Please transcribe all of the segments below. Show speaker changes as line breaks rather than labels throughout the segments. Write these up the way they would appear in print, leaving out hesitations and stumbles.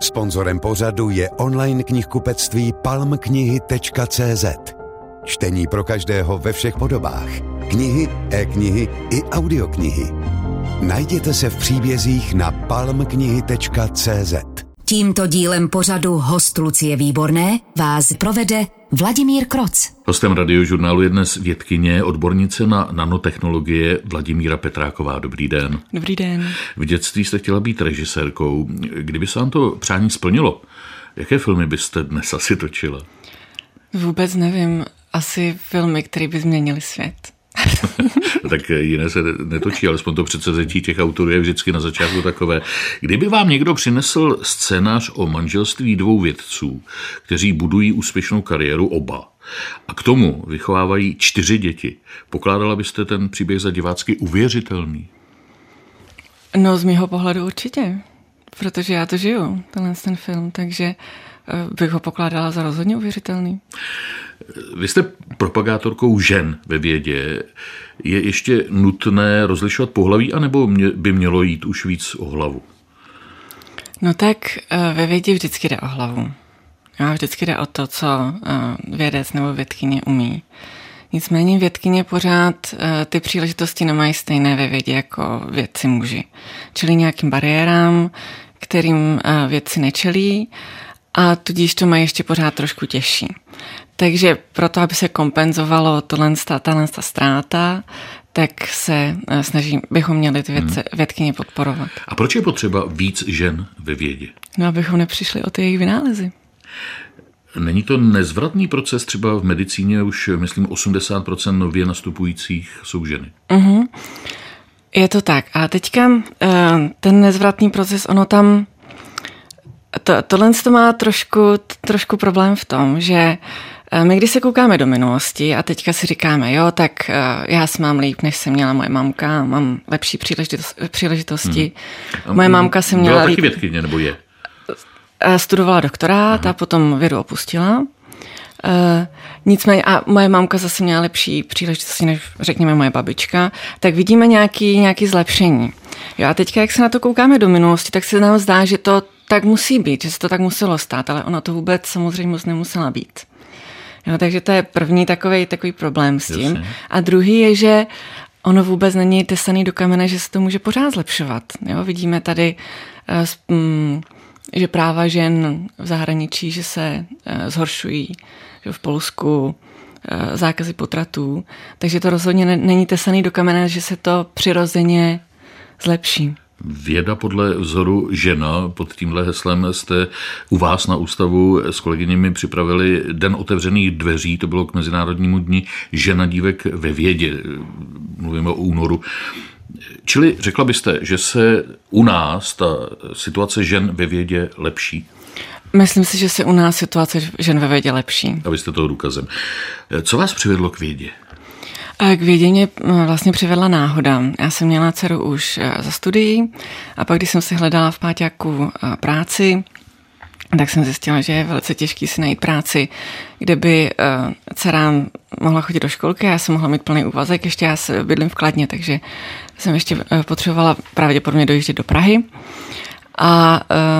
Sponzorem pořadu je online knihkupectví palmknihy.cz. Čtení pro každého ve všech podobách. Knihy, e-knihy i audioknihy. Najděte se v příbězích na palmknihy.cz.
Tímto dílem pořadu Host Lucie Výborné vás provede Vladimír Kroc.
Hostem Radiožurnálu je dnes vědkyně, odbornice na nanotechnologie Vladimíra Petráková. Dobrý den.
Dobrý den.
V dětství jste chtěla být režisérkou. Kdyby se vám to přání splnilo, jaké filmy byste dnes asi točila?
Vůbec nevím. Asi filmy, které by změnily svět.
Tak jiné se netočí, alespoň to předsevzetí těch autorů je vždycky na začátku takové. Kdyby vám někdo přinesl scénář o manželství dvou vědců, kteří budují úspěšnou kariéru oba, a k tomu vychovávají 4 děti, pokládala byste ten příběh za divácky uvěřitelný?
No, z mýho pohledu určitě, protože já to žiju, ten film, takže bych ho pokládala za rozhodně uvěřitelný.
Vy jste propagátorkou žen ve vědě. Je ještě nutné rozlišovat pohlaví, anebo by mělo jít už víc o hlavu?
No tak ve vědě vždycky jde o hlavu. Jo, vždycky jde o to, co vědec nebo vědkyně umí. Nicméně vědkyně pořád ty příležitosti nemají stejné ve vědě jako vědci muži. Čili nějakým bariérám, kterým vědci nečelí, a tudíž to mají ještě pořád trošku těžší. Takže proto, aby se kompenzovalo tahle ztráta, tak se bychom měli ty vědkyně podporovat. A
proč je potřeba víc žen ve vědě?
No, abychom nepřišli o ty jejich vynálezy.
Není to nezvratný proces? Třeba v medicíně už, myslím, 80% nově nastupujících jsou ženy.
Uh-huh. Je to tak. A teďka ten nezvratný proces, ono tam tohle to má trošku problém v tom, že my když se koukáme do minulosti a teďka si říkáme, jo, tak já si mám líp, než se měla moje mamka, mám lepší příležitosti. Moje mamka se měla
byla
líp.
Byla taky vědkyně, nebo je?
Studovala doktorát a potom vědu opustila. Nicméně a moje mamka zase měla lepší příležitosti, než řekněme moje babička, tak vidíme nějaký zlepšení. Jo, a teďka, jak se na to koukáme do minulosti, tak se nám zdá, že to tak musí být, že se to tak muselo stát, ale ono to vůbec samozřejmě moc nemusela být. Jo, takže to je první takový problém s tím. Jasně. A druhý je, že ono vůbec není tesaný do kamene, že se to může pořád zlepšovat. Jo, vidíme tady, že práva žen v zahraničí, že se zhoršují, že v Polsku zákazy potratů, takže to rozhodně není tesaný do kamene, že se to přirozeně zlepší.
Věda podle vzoru žena, pod tímhle heslem jste u vás na ústavu s kolegyněmi připravili Den otevřených dveří, to bylo k Mezinárodnímu dni žena dívek ve vědě, mluvíme o únoru. Čili řekla byste, že se u nás ta situace žen ve vědě lepší?
Myslím si, že se u nás situace žen ve vědě lepší.
A vy jste toho důkazem. Co vás přivedlo k vědě?
K vědě mě vlastně přivedla náhoda. Já jsem měla dceru už za studií a pak, když jsem si hledala v páťáku práci, tak jsem zjistila, že je velice těžký si najít práci, kde by dcera mohla chodit do školky a já jsem mohla mít plný úvazek. Ještě já se bydlím v Kladně, takže jsem ještě potřebovala pravděpodobně dojíždět do Prahy. A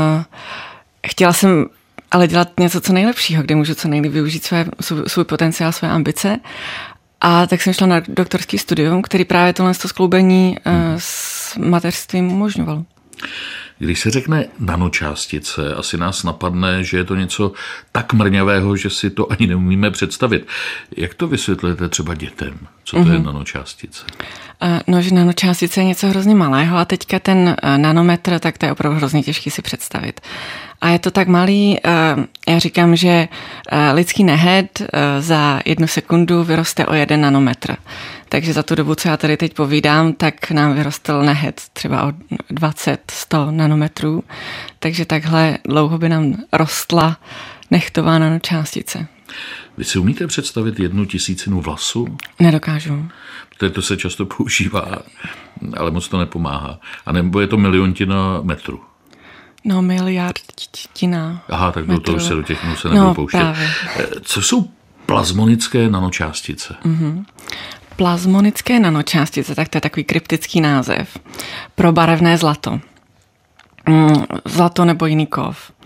chtěla jsem ale dělat něco co nejlepšího, kde můžu co nejlíp využít svůj potenciál, své ambice. A tak jsem šla na doktorský studium, který právě tohle skloubení s mateřstvím umožňoval.
Když se řekne nanočástice, asi nás napadne, že je to něco tak mrňavého, že si to ani neumíme představit. Jak to vysvětlujete třeba dětem? Co to je nanočástice?
No, že nanočástice je něco hrozně malého a teďka ten nanometr, tak to je opravdu hrozně těžký si představit. A je to tak malý, já říkám, že lidský nehed za 1 sekundu vyroste o 1 nanometr. Takže za tu dobu, co já tady teď povídám, tak nám vyrostl nehed třeba o 20-100 nanometrů. Takže takhle dlouho by nám rostla nechtová nanočástice.
Vy si umíte představit 1 000 vlasu?
Nedokážu.
To se často používá, ale moc to nepomáhá. A nebo je to miliontina metru?
No, miliardina.
Aha, tak do toho už se do těch se nebudu pouštět. Právě. Co jsou plazmonické nanočástice?
Plazmonické nanočástice, tak to je takový kryptický název pro barevné zlato. Zlato nebo jiný kov.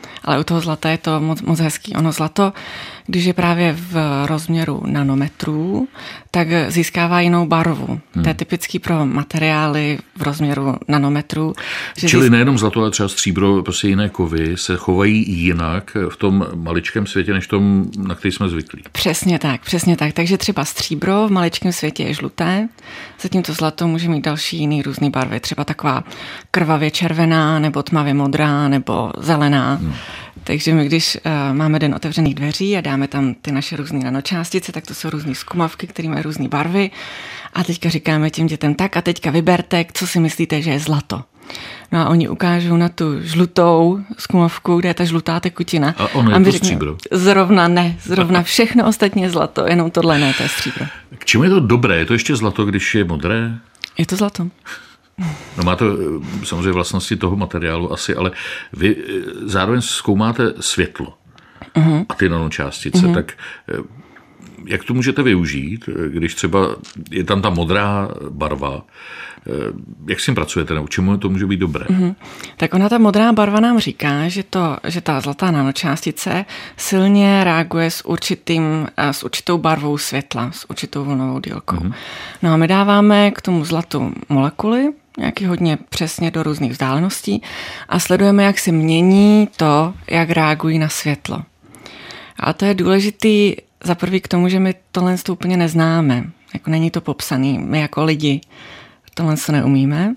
ale u toho zlata je to moc hezký. Ono zlato, když je právě v rozměru nanometrů, tak získává jinou barvu. To je typický pro materiály v rozměru nanometrů.
Čili nejenom zlato, ale třeba stříbro, prostě jiné kovy se chovají jinak v tom maličkém světě, než tom, na který jsme zvyklí.
Přesně tak. Takže třeba stříbro v maličkém světě je žluté, zatímco zlato může mít další jiný různý barvy. Třeba taková krvavě červená, nebo tmavě modrá, nebo zelená. Takže my, když máme den otevřených dveří a dáme tam ty naše různé nanočástice, tak to jsou různé zkumavky, které mají různé barvy. A teďka říkáme těm dětem, tak a teďka vyberte, co si myslíte, že je zlato. No a oni ukážou na tu žlutou zkumavku, kde je ta žlutá tekutina.
A ono je to stříbro.
Zrovna všechno ostatní je zlato, jenom tohle ne, to je stříbro.
K čemu je to dobré? Je to ještě zlato, když je modré?
Je to zlato.
No má to samozřejmě vlastnosti toho materiálu asi, ale vy zároveň zkoumáte světlo a ty nanočástice, tak jak to můžete využít, když třeba je tam ta modrá barva, jak s tím pracujete, nebo čemu to může být dobré?
Tak ona ta modrá barva nám říká, že ta zlatá nanočástice silně reaguje s určitou barvou světla, s určitou vlnovou délkou. No a my dáváme k tomu zlatu molekuly, nějaký hodně přesně do různých vzdáleností a sledujeme, jak se mění to, jak reagují na světlo. A to je důležitý za prvý k tomu, že my tohle úplně neznáme. Jako není to popsaný. My jako lidi tohle neumíme.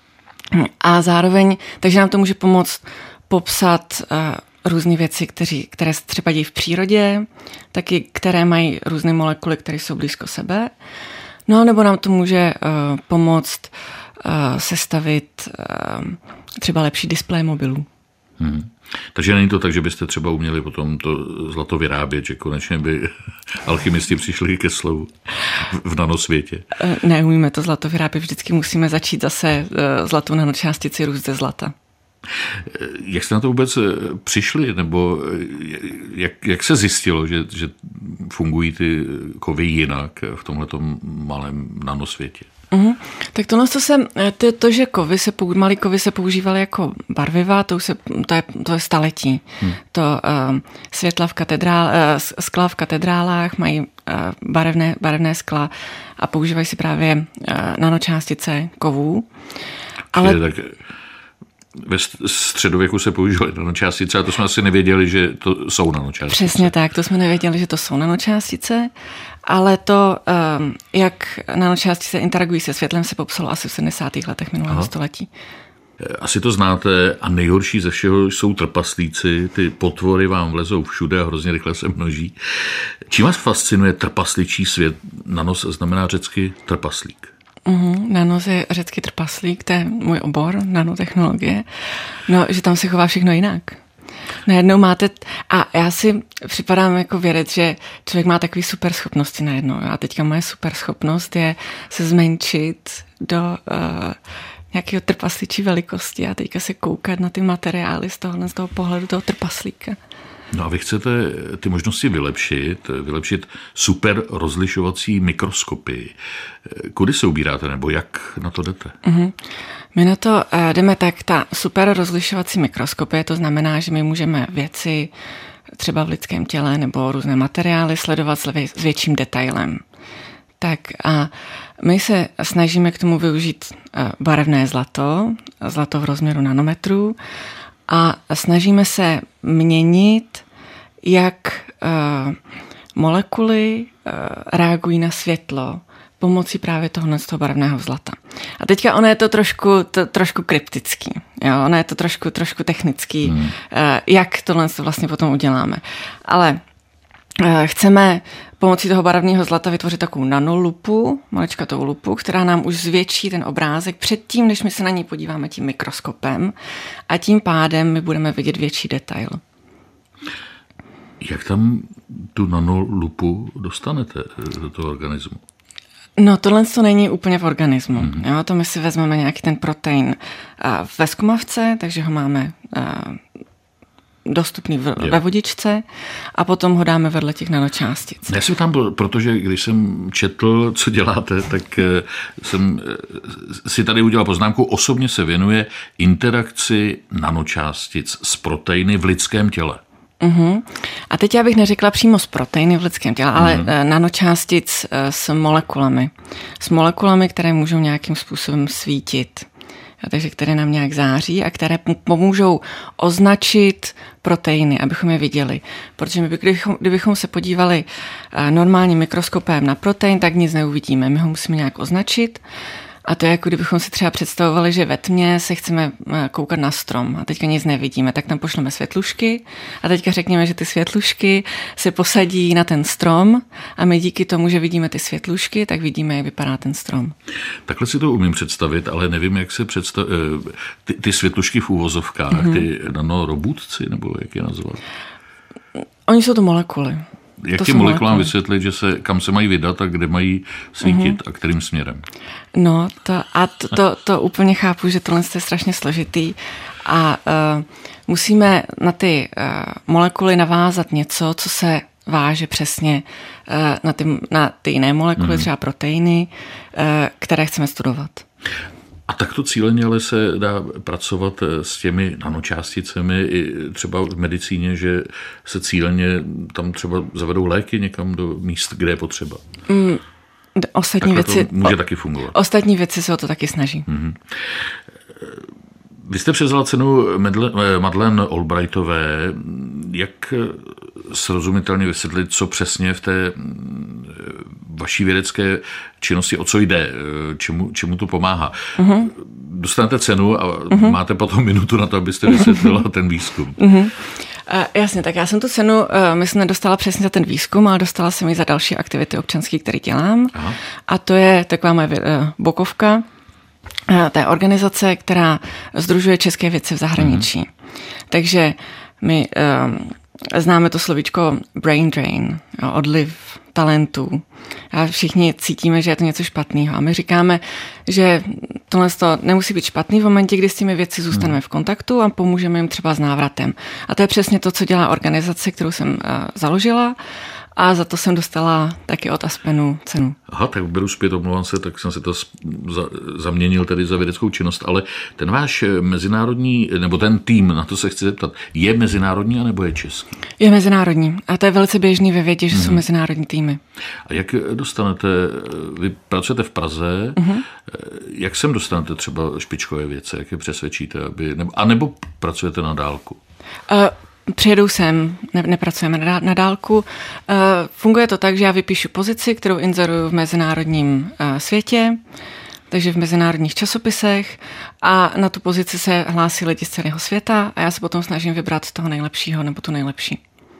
A zároveň, takže nám to může pomoct popsat různé věci, které se třeba dějí v přírodě, taky které mají různé molekuly, které jsou blízko sebe. No nebo nám to může pomoct sestavit třeba lepší displej mobilů.
Takže není to tak, že byste třeba uměli potom to zlato vyrábět, že konečně by alchymisti přišli ke slovu v nanosvětě?
Neumíme to zlato vyrábět, vždycky musíme začít zase zlatou nanočástici růst ze zlata.
Jak jste na to vůbec přišli, nebo jak se zjistilo, že fungují ty kovy jinak v tomhletom malém nanosvětě?
Tak to, že malý kovy se používaly jako barviva, to je staletí. To skla v katedrálách mají barevné skla a používají si právě nanočástice kovů.
Ale tak ve středověku se používaly nanočástice a to jsme asi nevěděli, že to jsou nanočástice.
Přesně tak, to jsme nevěděli, že to jsou nanočástice, ale to, jak nanočástice interagují se světlem, se popsalo asi v 70. letech minulého století.
Asi to znáte a nejhorší ze všeho jsou trpaslíci, ty potvory vám vlezou všude a hrozně rychle se množí. Čím vás fascinuje trpasličí svět? Nanos znamená řecky trpaslík.
Nanos je řecky trpaslík, to je můj obor, nanotechnologie. No, že tam se chová všechno jinak. Najednou máte, a já si připadám jako vědec, že člověk má takový super schopnosti najednou. A teďka moje super schopnost je se zmenšit do nějakého trpasličí velikosti a teďka se koukat na ty materiály z toho pohledu toho trpaslíka.
No a vy chcete ty možnosti vylepšit super rozlišovací mikroskopy. Kudy se ubíráte, nebo jak na to jdete?
My na to jdeme tak, ta super rozlišovací mikroskopie, to znamená, že my můžeme věci třeba v lidském těle nebo různé materiály sledovat s větším detailem. Tak a my se snažíme k tomu využít barevné zlato v rozměru nanometrů a snažíme se měnit, jak molekuly reagují na světlo pomocí právě toho barevného zlata. A teďka ono je to trošku kryptický, jo? Ono je to trošku technický, jak tohle vlastně potom uděláme. Ale chceme pomocí toho barevného zlata vytvořit takovou nanolupu, maličkatou lupu, která nám už zvětší ten obrázek předtím, než my se na něj podíváme tím mikroskopem a tím pádem my budeme vidět větší detail.
Jak tam tu nanolupu dostanete do toho organismu?
No tohle to není úplně v organismu. Jo? To my si vezmeme nějaký ten protein ve zkumavce, takže ho máme dostupný ve vodičce a potom ho dáme vedle těch nanočástic.
Já si tam byl, protože když jsem četl, co děláte, tak jsem si tady udělal poznámku. Osobně se věnuje interakci nanočástic s proteiny v lidském těle.
Uh-huh. A teď já bych neřekla přímo z proteiny v lidském těle, ale nanočástic s molekulami. S molekulami, které můžou nějakým způsobem svítit. Takže které nám nějak září a které pomůžou označit proteiny, abychom je viděli. Protože my, kdybychom se podívali normálním mikroskopem na protein, tak nic neuvidíme. My ho musíme nějak označit. A to je jako kdybychom si třeba představovali, že ve tmě se chceme koukat na strom a teďka nic nevidíme, tak tam pošleme světlušky a teďka řekněme, že ty světlušky se posadí na ten strom a my díky tomu, že vidíme ty světlušky, tak vidíme, jak vypadá ten strom.
Takhle si to umím představit, ale nevím, jak se ty světlušky v úvozovkách, ty nanorobůtci, nebo jak je nazvat?
Oni jsou to molekuly.
Jak těm molekulám vysvětlit, kam se mají vydat a kde mají svítit a kterým směrem?
No, to úplně chápu, že tohle je strašně složitý a musíme na ty molekuly navázat něco, co se váže přesně na ty jiné molekuly, třeba proteiny, které chceme studovat.
A takto cíleně ale se dá pracovat s těmi nanočásticemi i třeba v medicíně, že se cíleně tam třeba zavedou léky někam do míst, kde je potřeba.
Ostatní věci
to může taky fungovat.
Ostatní věci se o to taky snaží.
Mm-hmm. Vy jste převzala cenu Madeleine Albrightové. Jak srozumitelně vysvětlit, co přesně v té vaší vědecké činnosti, o co jde, čemu to pomáhá? Uh-huh. Dostanete cenu a máte potom minutu na to, abyste vysvětlila ten výzkum. Uh-huh.
Jasně, tak já jsem tu cenu, myslím, nedostala přesně za ten výzkum, ale dostala jsem ji za další aktivity občanské, které dělám. Aha. A to je taková moje bokovka. To je organizace, která sdružuje české vědce v zahraničí. Takže my známe to slovíčko brain drain, odliv talentů. A všichni cítíme, že je to něco špatného. A my říkáme, že tohle nemusí být špatný v momentě, kdy s těmi vědci zůstaneme v kontaktu a pomůžeme jim třeba s návratem. A to je přesně to, co dělá organizace, kterou jsem založila. A za to jsem dostala taky od Aspenu cenu.
Aha, tak beru zpět, omlouvám se, tak jsem si to zaměnil tedy za vědeckou činnost, ale ten váš mezinárodní, nebo ten tým, na to se chci zeptat, je mezinárodní anebo je český?
Je mezinárodní a to je velice běžný ve vědě, že jsou mezinárodní týmy.
A jak dostanete, vy pracujete v Praze, jak sem dostanete třeba špičkové vědce, jak je přesvědčíte, anebo pracujete na dálku?
Přijedou sem, nepracujeme na dálku. Funguje to tak, že já vypíšu pozici, kterou inzeruju v mezinárodním světě, takže v mezinárodních časopisech a na tu pozici se hlásí lidi z celého světa a já se potom snažím vybrat toho nejlepšího nebo tu nejlepší.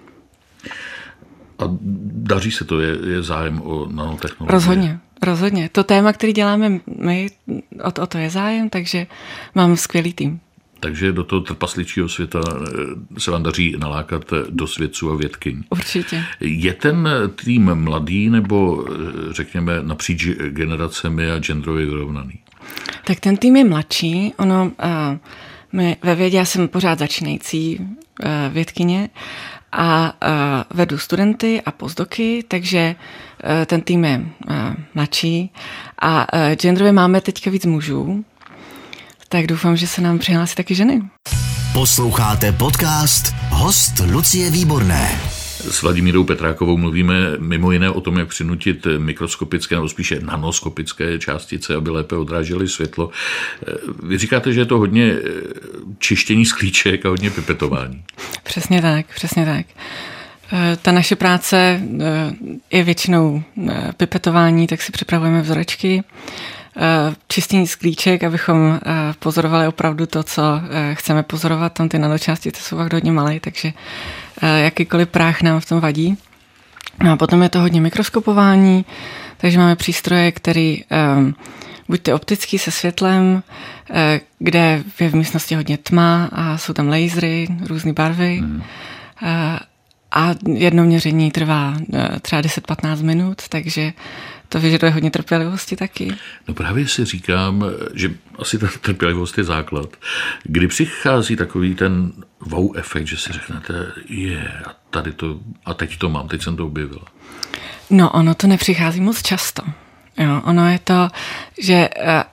A daří se to? Je zájem o nanotechnologie?
Rozhodně. To téma, který děláme my, o to je zájem, takže mám skvělý tým.
Takže do toho trpasličího světa se vám daří nalákat do svědců a vědkyň.
Určitě.
Je ten tým mladý nebo řekněme napříč generacemi a genderově vyrovnaný?
Tak ten tým je mladší. My ve vědě, já jsem pořád začínající vědkyně a vedu studenty a postdoky, takže ten tým je mladší a genderově máme teďka víc mužů. Tak doufám, že se nám přihlásí taky ženy.
Posloucháte podcast Host Lucie Výborné.
S Vladimírou Petrákovou mluvíme mimo jiné o tom, jak přinutit mikroskopické nebo spíše nanoskopické částice, aby lépe odrážely světlo. Vy říkáte, že je to hodně čištění sklíček a hodně pipetování. Přesně
tak. Ta naše práce je většinou pipetování, tak si připravujeme vzorečky, čistění sklíček, abychom pozorovali opravdu to, co chceme pozorovat. Tam ty nanočástice jsou fakt hodně malé, takže jakýkoliv práh nám v tom vadí. A potom je to hodně mikroskopování, takže máme přístroje, který buď ty optický se světlem, kde je v místnosti hodně tma a jsou tam lasery, různé barvy. A jedno měření trvá třeba 10-15 minut, takže to vyžaduje hodně trpělivosti taky.
No právě si říkám, že asi ta trpělivost je základ. Kdy přichází takový ten wow efekt, že si řeknete, a tady to, a teď to mám, teď jsem to objevila.
No, ono to nepřichází moc často. Jo, ono je to, že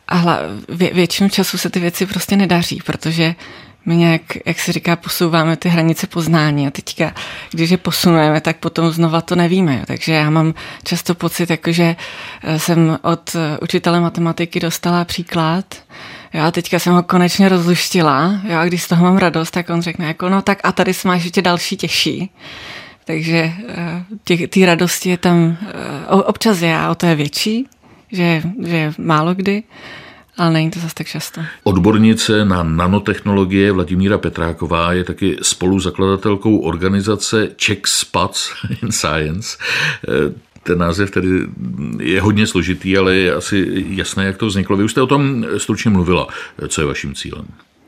většinu času se ty věci prostě nedaří, protože my nějak, jak se říká, posouváme ty hranice poznání a teďka, když je posunujeme, tak potom znova to nevíme. Jo. Takže já mám často pocit, jakože jsem od učitele matematiky dostala příklad, jo, a teďka jsem ho konečně rozluštila, jo, a když z toho mám radost, tak on řekne, jako, no tak a tady máš ještě další těžší. Takže té radosti je tam občas a o to je větší, že málo kdy, ale není to zase tak často. Odbornice
na nanotechnologie Vladimíra Petráková je taky spoluzakladatelkou organizace Czech Spots in Science. Ten název tedy je hodně složitý, ale je asi jasné, jak to vzniklo. Vy už jste o tom stručně mluvila. Co je vaším cílem?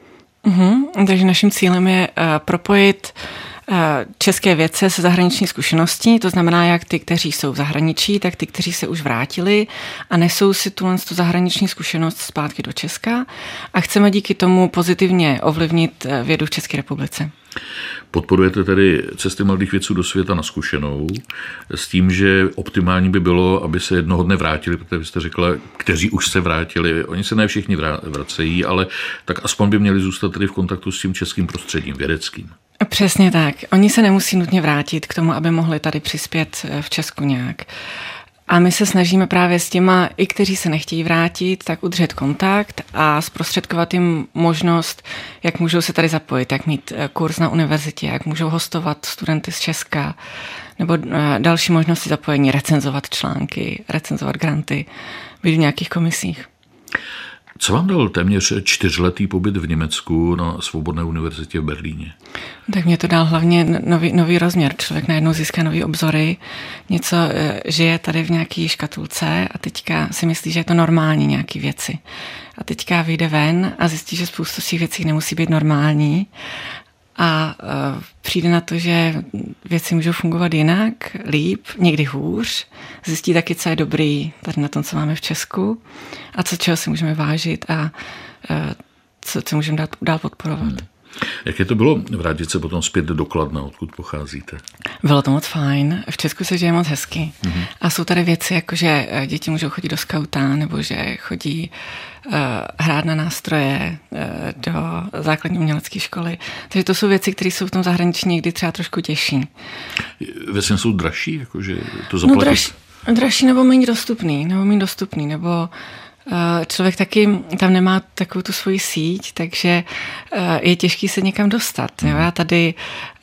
Takže naším cílem je propojit české vědce se zahraniční zkušeností, to znamená jak ty, kteří jsou v zahraničí, tak ty, kteří se už vrátili a nesou si tu zahraniční zkušenost zpátky do Česka a chceme díky tomu pozitivně ovlivnit vědu v České republice.
Podporujete tedy cesty mladých vědců do světa na zkušenou s tím, že optimální by bylo, aby se jednoho dne vrátili, protože vy jste řekla, kteří už se vrátili. Oni se ne všichni vracejí, ale tak aspoň by měli zůstat tedy v kontaktu s tím českým prostředím vědeckým.
Přesně tak. Oni se nemusí nutně vrátit k tomu, aby mohli tady přispět v Česku nějak. A my se snažíme právě s těma, i kteří se nechtějí vrátit, tak udržet kontakt a zprostředkovat jim možnost, jak můžou se tady zapojit, jak mít kurz na univerzitě, jak můžou hostovat studenty z Česka, nebo další možnosti zapojení, recenzovat články, recenzovat granty, být v nějakých komisích.
Co vám dal téměř 4letý pobyt v Německu na Svobodné univerzitě v Berlíně?
Tak mě to dal hlavně nový rozměr. Člověk najednou získá nový obzory, něco žije tady v nějaké škatulce a teďka si myslí, že je to normální nějaké věci. A teďka vyjde ven a zjistí, že spoustu z těch věcí nemusí být normální a přijde na to, že věci můžou fungovat jinak, líp, někdy hůř. Zjistí taky, co je dobrý tady na tom, co máme v Česku a čeho si můžeme vážit a co můžeme dál podporovat.
Jaké to bylo vrátit se potom zpět do Kladna, odkud pocházíte?
Bylo to moc fajn. V Česku se žije moc hezky. A jsou tady věci, jako že děti můžou chodit do skauta, nebo že chodí hrát na nástroje do základní umělecké školy. Takže to jsou věci, které jsou v tom zahraničí někdy třeba trošku těžší.
Vesměs jsou dražší, jakože to zaplatit?
No dražší nebo méně dostupný, nebo člověk taky tam nemá takovou tu svoji síť, takže je těžký se někam dostat. Jo? Já tady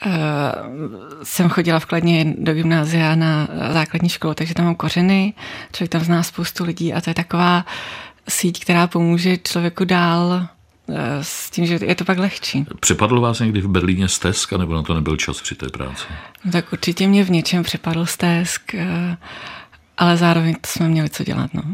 jsem chodila v Kladně do gymnázia na základní školu, takže tam mám kořeny, člověk tam zná spoustu lidí a to je taková síť, která pomůže člověku dál s tím, že je to pak lehčí.
Přepadl vás někdy v Berlíně stesk, nebo na to nebyl čas při té práci?
No, tak určitě mě v něčem přepadl stesk, ale zároveň to jsme měli co dělat. No.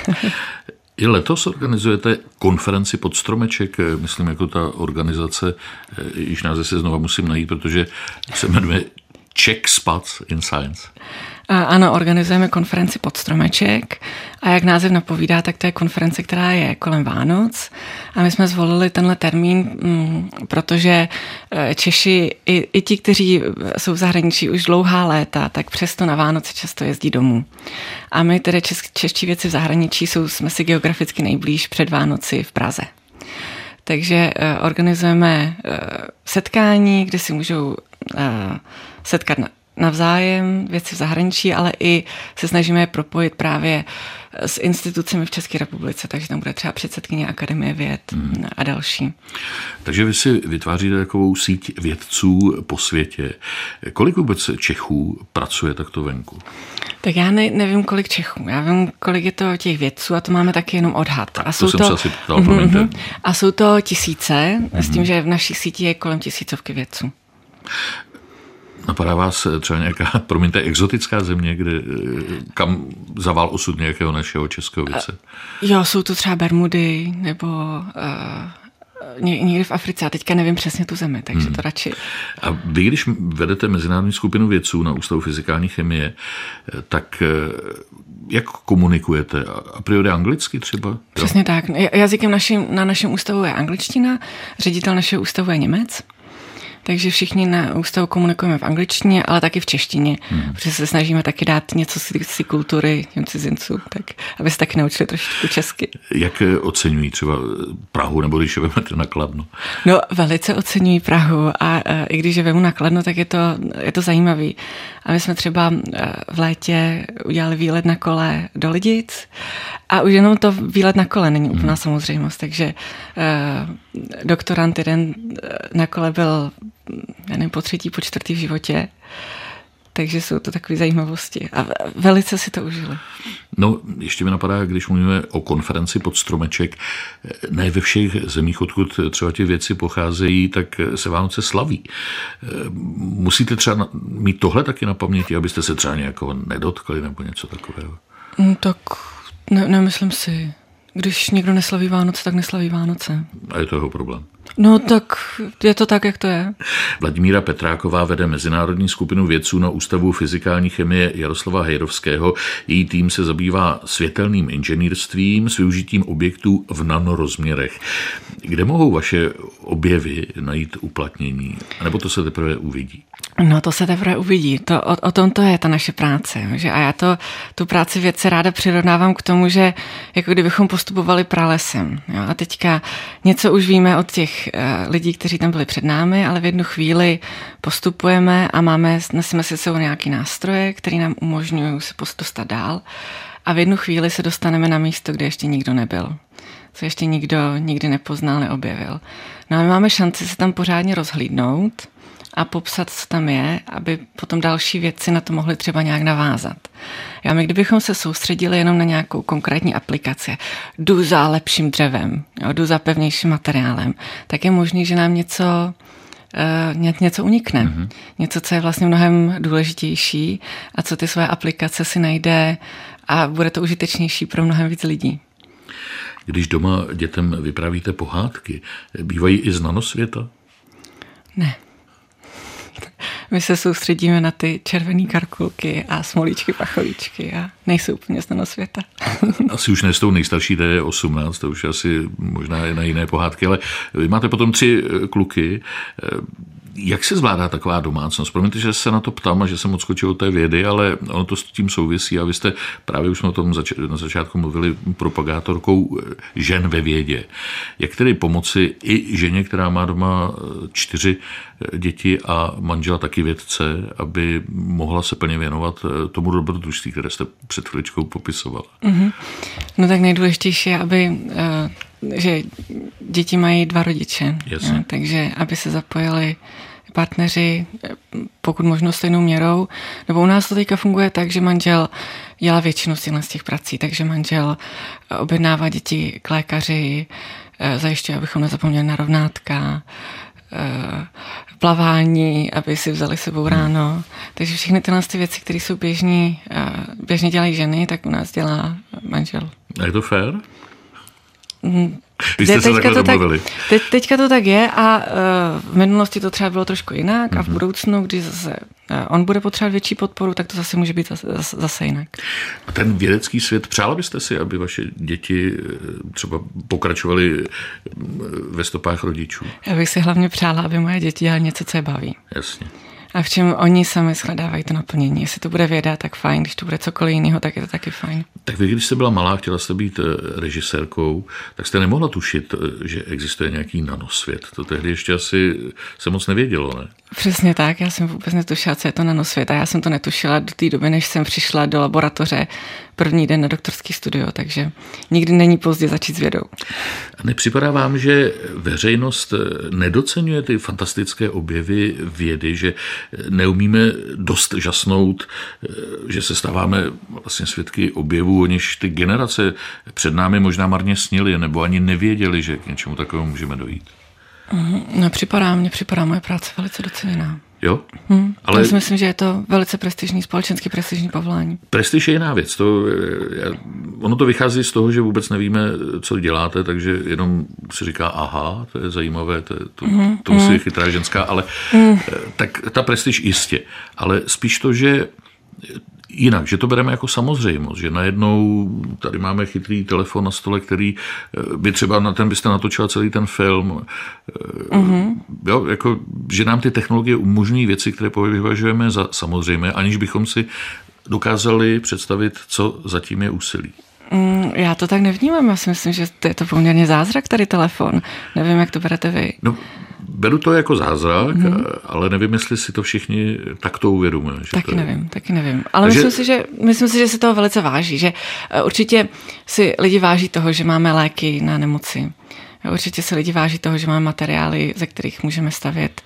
I letos organizujete konferenci Pod stromeček, myslím, jako ta organizace, již název se znova musím najít, protože se jmenuje Czech Spots in Science.
Ano, organizujeme konferenci Pod stromeček a jak název napovídá, tak to je konference, která je kolem Vánoc a my jsme zvolili tenhle termín, protože Češi i ti, kteří jsou v zahraničí už dlouhá léta, tak přesto na Vánoce často jezdí domů. A my tedy čeští vědci v zahraničí jsme si geograficky nejblíž před Vánoci v Praze. Takže organizujeme setkání, kde si můžou setkat navzájem věci v zahraničí, ale i se snažíme propojit právě s institucemi v České republice, takže tam bude třeba předsedkyně Akademie věd a další.
Takže vy si vytváříte takovou síť vědců po světě. Kolik vůbec Čechů pracuje takto venku?
Tak já nevím, kolik Čechů. Já vím, kolik je to těch vědců a to máme taky jenom odhad.
Tak, a to jsem se asi ptal, promiňte.
A jsou to tisíce, s tím, že v naší síti je kolem 1000 vědců.
Napadá vás třeba nějaká, promiňte, exotická země, kam zavál osud nějakého našeho českého vědce?
Jo, jsou to třeba Bermudy, nebo někdy v Africe, a teďka nevím přesně tu zemi, takže to radši.
A vy, když vedete mezinárodní skupinu vědců na Ústavu fyzikální chemie, tak jak komunikujete? A priori anglicky třeba?
Přesně tak. Jazykem na našem ústavu je angličtina, ředitel našeho ústavu je Němec. Takže všichni na ústavu komunikujeme v angličtině, ale taky v češtině, protože se snažíme taky dát něco z kultury těm cizincům, tak aby se taky naučili trošičku česky.
Jak oceňují třeba Prahu, nebo když je vezmete na Kladno?
No, velice oceňují Prahu a i když je vemu na Kladno, tak je to zajímavý. A my jsme třeba v létě udělali výlet na kole do Lidic a už jenom to výlet na kole není úplná samozřejmost, takže doktorant jeden na kole byl, já nevím, po 3., po 4. v životě, takže jsou to takové zajímavosti a velice si to užili.
No, ještě mi napadá, když mluvíme o konferenci pod stromeček, ne ve všech zemích, odkud třeba ty věci pocházejí, tak se Vánoce slaví. Musíte třeba mít tohle taky na paměti, abyste se třeba nějakého nedotkli nebo něco takového?
Tak nemyslím si. Když někdo neslaví Vánoce, tak neslaví Vánoce.
A je to jeho problém?
No tak je to tak, jak to je.
Vladimíra Petráková vede mezinárodní skupinu vědců na Ústavu fyzikální chemie Jaroslava Hejrovského. Její tým se zabývá světelným inženýrstvím s využitím objektů v nanorozměrech. Kde mohou vaše objevy najít uplatnění? A nebo to se teprve uvidí?
No to se teprve uvidí. O tom to je ta naše práce. Že? A já tu práci vědce ráda přirovnávám k tomu, že jako kdybychom postupovali pralesem. Jo? A teďka něco už víme od těch lidí, kteří tam byli před námi, ale v jednu chvíli postupujeme a neseme si sebou nějaký nástroje, které nám umožňují se dostat dál. A v jednu chvíli se dostaneme na místo, kde ještě nikdo nebyl. Co ještě nikdo nikdy nepoznal, neobjevil. No a my máme šanci se tam pořádně rozhlídnout a popsat, co tam je, aby potom další vědci na to mohli třeba nějak navázat. A my kdybychom se soustředili jenom na nějakou konkrétní aplikaci, jdu za lepším dřevem, jdu za pevnějším materiálem, tak je možný, že nám něco unikne. Mm-hmm. Něco, co je vlastně mnohem důležitější a co ty své aplikace si najde a bude to užitečnější pro mnohem víc lidí.
Když doma dětem vyprávíte pohádky, bývají i z nanosvěta?
Ne. My se soustředíme na ty červený karkulky a smolíčky, pacholíčky a nejsou úplně z nanosvěta.
Asi už ne s tou nejstarší, to je 18, to už asi možná je na jiné pohádky, ale vy máte potom 3 kluky. Jak se zvládá taková domácnost? Promiňte, že se na to ptám a že jsem odskočil od té vědy, ale ono to s tím souvisí a vy jste právě už jsme o tom na začátku mluvili propagátorkou žen ve vědě. Jak tedy pomoci i ženě, která má doma 4 děti a manžela taky vědce, aby mohla se plně věnovat tomu dobrodružství, které jste před chviličkou popisovala? Mm-hmm.
No tak nejdůležitější je, že děti mají 2 rodiče, takže aby se zapojili partneři, pokud možno stejnou měrou. Nebo u nás to teďka funguje tak, že manžel dělá většinu z těch prací, takže manžel objednává děti k lékaři, zajišťuje, abychom nezapomněli na rovnátka, plavání, aby si vzali sebou ráno. Takže všechny tyhle věci, které jsou běžně dělají ženy, tak u nás dělá manžel.
A je to fér? Vy jste se takhle domluvili.
Teďka to tak je a v minulosti to třeba bylo trošku jinak a v budoucnu, když zase on bude potřebovat větší podporu, tak to zase může být zase jinak.
A ten vědecký svět, přála byste si, aby vaše děti třeba pokračovaly ve stopách rodičů? Já
bych si hlavně přála, aby moje děti dělaly něco, co je baví.
Jasně.
A v čem oni sami shledávají to naplnění. Jestli to bude věda, tak fajn. Když to bude cokoliv jiného, tak je to taky fajn.
Tak vy, když jste byla malá, chtěla jste být režisérkou, tak jste nemohla tušit, že existuje nějaký nanosvět. To tehdy ještě asi se moc nevědělo, ne?
Přesně tak. Já jsem vůbec netušila, co je to nanosvět. A já jsem to netušila do té doby, než jsem přišla do laboratoře první den na doktorský studio, takže nikdy není pozdě začít s vědou.
A nepřipadá vám, že veřejnost nedoceňuje ty fantastické objevy vědy, že neumíme dost žasnout, že se stáváme vlastně svědky objevů, o něž ty generace před námi možná marně snily, nebo ani nevěděli, že k něčemu takovému můžeme dojít?
Mně připadá moje práce velice doceněná.
Jo?
Ale já si myslím, že je to velice prestižní, společensky prestižní povolání.
Prestiž je jiná věc. Ono to vychází z toho, že vůbec nevíme, co děláte, takže jenom si říká, aha, to je zajímavé, to musí chytrá ženská, ale tak ta prestiž jistě. Ale spíš to, že jinak, že to bereme jako samozřejmost, že najednou tady máme chytrý telefon na stole, který by třeba na ten byste natočila celý ten film. Jo, jako, že nám ty technologie umožňují věci, které považujeme za samozřejmé, aniž bychom si dokázali představit, co zatím je úsilí.
Já to tak nevnímám, já si myslím, že to je to poměrně zázrak, tady telefon. Nevím, jak to berete vy.
No, beru to jako zázrak, ale nevím, jestli si to všichni takto uvědomují.
Taky nevím. Ale myslím si, že si toho velice váží, že určitě si lidi váží toho, že máme léky na nemoci. Určitě si lidi váží toho, že máme materiály, ze kterých můžeme stavět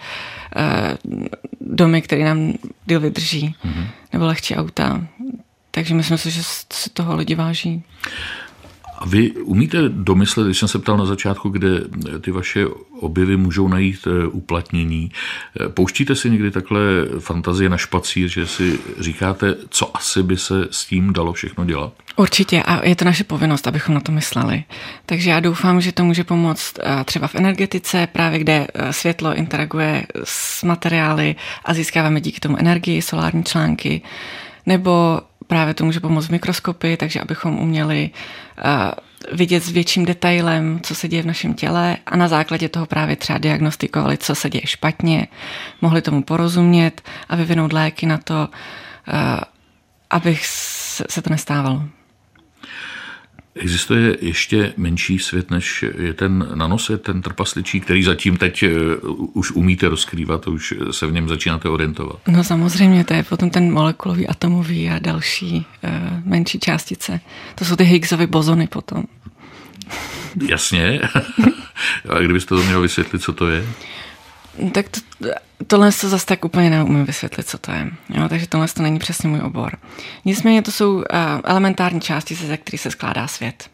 domy, které nám díl vydrží, nebo lehčí auta. Takže myslím si, že si toho lidi váží.
A vy umíte domyslet, když jsem se ptal na začátku, kde ty vaše objevy můžou najít uplatnění, pouštíte si někdy takhle fantazie na špacír, že si říkáte, co asi by se s tím dalo všechno dělat?
Určitě a je to naše povinnost, abychom na to mysleli. Takže já doufám, že to může pomoct třeba v energetice, právě kde světlo interaguje s materiály a získáváme díky tomu energii, solární články, nebo právě to může pomoct v mikroskopii, takže abychom uměli vidět s větším detailem, co se děje v našem těle a na základě toho právě třeba diagnostikovali, co se děje špatně, mohli tomu porozumět a vyvinout léky na to, aby se to nestávalo.
Existuje ještě menší svět, než je ten nanosvět, ten trpasličí, který zatím teď už umíte rozkrývat, už se v něm začínáte orientovat? No samozřejmě, to je potom ten molekulový, atomový a další menší částice. To jsou ty Higgsovy bozony potom. Jasně. A kdybyste to měl vysvětlit, co to je? Tak tohle to zase tak úplně neumím vysvětlit, co to je. Jo, takže tohle to není přesně můj obor. Nicméně to jsou elementární částice, ze kterých se skládá svět.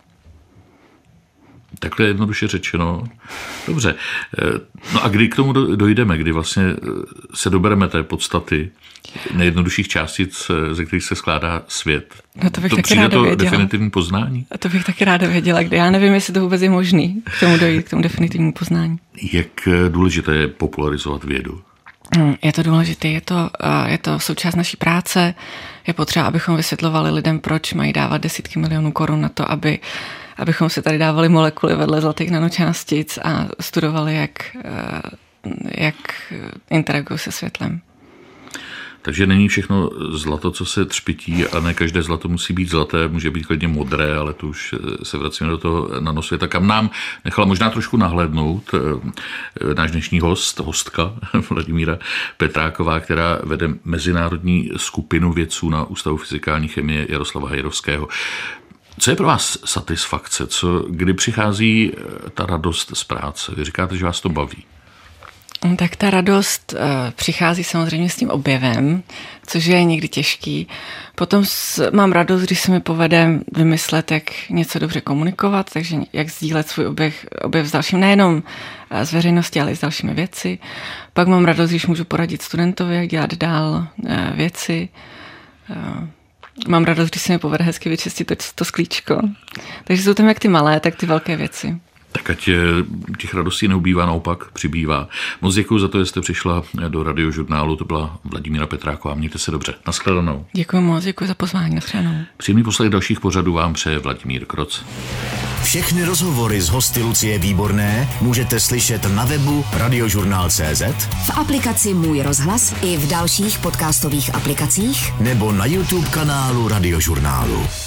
Takhle jednoduše řečeno. Dobře. No a kdy k tomu dojdeme, kdy vlastně se dobereme té podstaty nejjednodušších částic, ze kterých se skládá svět? No to bych taky ráda věděla. Definitivní poznání? A to bych taky ráda věděla, kde já nevím, jestli to vůbec je možný k tomu dojít, k tomu definitivnímu poznání. Jak důležité je popularizovat vědu? Je to důležité, je to součást naší práce. Je potřeba, abychom vysvětlovali lidem, proč mají dávat desítky milionů korun na to, abychom si tady dávali molekuly vedle zlatých nanočástic a studovali, jak interagují se světlem. Takže není všechno zlato, co se třpytí a ne každé zlato musí být zlaté, může být klidně modré, ale to už se vracíme do toho nanosvěta, kam nám nechala možná trošku nahlédnout náš dnešní hostka Vladimíra Petráková, která vede mezinárodní skupinu vědců na Ústavu fyzikální chemie Jaroslava Hejrovského. Co je pro vás satisfakce? Kdy přichází ta radost z práce? Vy říkáte, že vás to baví. Tak ta radost přichází samozřejmě s tím objevem, což je někdy těžký. Potom mám radost, když se mi povede vymyslet, jak něco dobře komunikovat, takže jak sdílet svůj objev s dalším, nejenom s veřejností, ale i s dalšími věci. Pak mám radost, když můžu poradit studentovi, jak dělat dál věci. Mám radost, když se mi povede hezky vyčistit to sklíčko. Takže jsou tam jak ty malé, tak ty velké věci. Tak ať těch radostí neubývá, naopak přibývá. Moc děkuji za to, že jste přišla do Radiožurnálu. To byla Vladimíra Petráková. Mějte se dobře. Nashledanou. Děkuji moc, děkuji za pozvání. Nashledanou. Příjemný poslech dalších pořadů vám přeje Vladimír Kroc.
Všechny rozhovory s hosty Lucie Výborné můžete slyšet na webu Radiožurnál.cz,
v aplikaci Můj rozhlas i v dalších podcastových aplikacích
nebo na YouTube kanálu Radiožurnálu.